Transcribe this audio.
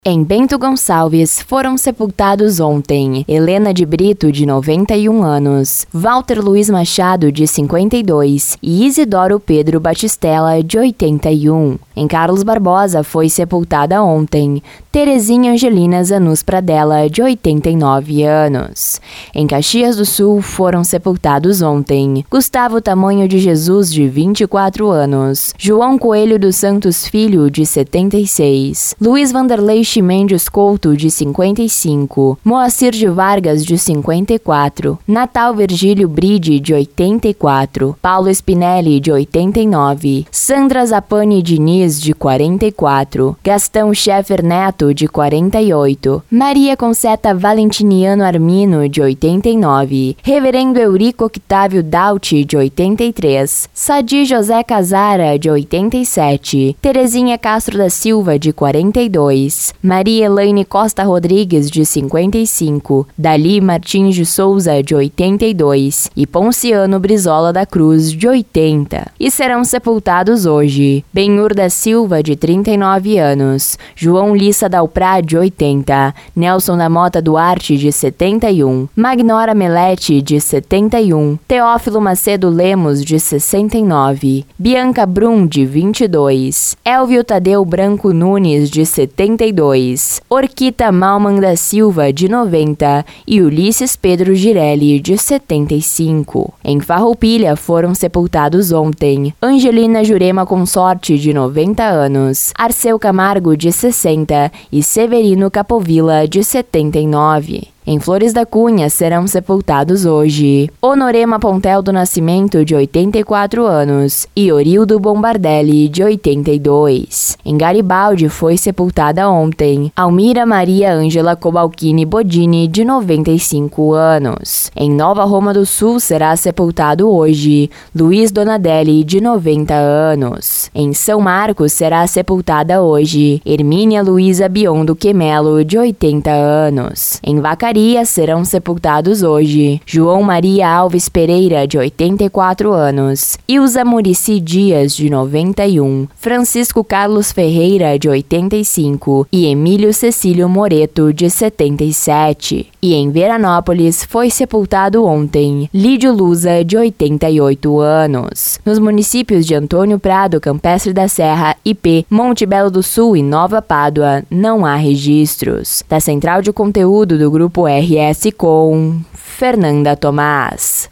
Em Bento Gonçalves, foram sepultados ontem Helena de Brito, de 91 anos, Walter Luiz Machado, de 52 e Isidoro Pedro Batistella, de 81. Em Carlos Barbosa, foi sepultada ontem Terezinha Angelina Zanus Pradella, de 89 anos. Em Caxias do Sul, foram sepultados ontem Gustavo Tamanho de Jesus, de 24 anos, João Coelho dos Santos Filho, de 76, Luiz Vanderlei Mendes Couto, de 55, Moacir de Vargas, de 54, Natal Virgílio Bride, de 84, Paulo Spinelli, de 89, Sandra Zapani Diniz, de 44, Gastão Scheffer Neto, de 48, Maria Conceta Valentiniano Armino, de 89, Reverendo Eurico Octávio Dauti, de 83, Sadi José Casara, de 87, Terezinha Castro da Silva, de 42, Maria Elaine Costa Rodrigues, de 55, Dali Martins de Souza, de 82 e Ponciano Brizola da Cruz, de 80. E serão sepultados hoje Benhur da Silva, de 39 anos, João Lissa Dalprá, de 80, Nelson da Mota Duarte, de 71, Magnora Melete, de 71, Teófilo Macedo Lemos, de 69, Bianca Brum, de 22, Elvio Tadeu Branco Nunes, de 72, Orquita Malman da Silva, de 90 e Ulisses Pedro Girelli, de 75. Em Farroupilha foram sepultados ontem Angelina Jurema Consorte, de 90 anos, Arceu Camargo, de 60 e Severino Capovilla, de 79. Em Flores da Cunha serão sepultados hoje Honorema Pontel do Nascimento, de 84 anos, e Orildo Bombardelli, de 82. Em Garibaldi foi sepultada ontem Almira Maria Ângela Cobalcini Bodini, de 95 anos. Em Nova Roma do Sul será sepultado hoje Luiz Donadelli, de 90 anos. Em São Marcos será sepultada hoje Hermínia Luísa Biondo Quemelo, de 80 anos. Em Vacaria serão sepultados hoje João Maria Alves Pereira, de 84 anos, Ilza Murici Dias, de 91, Francisco Carlos Ferreira, de 85 e Emílio Cecílio Moreto, de 77. E em Veranópolis foi sepultado ontem Lídio Lusa, de 88 anos. Nos municípios de Antônio Prado, Campestre da Serra, IP, Monte Belo do Sul e Nova Pádua não há registros. Da Central de Conteúdo do Grupo RS com Fernanda Tomás.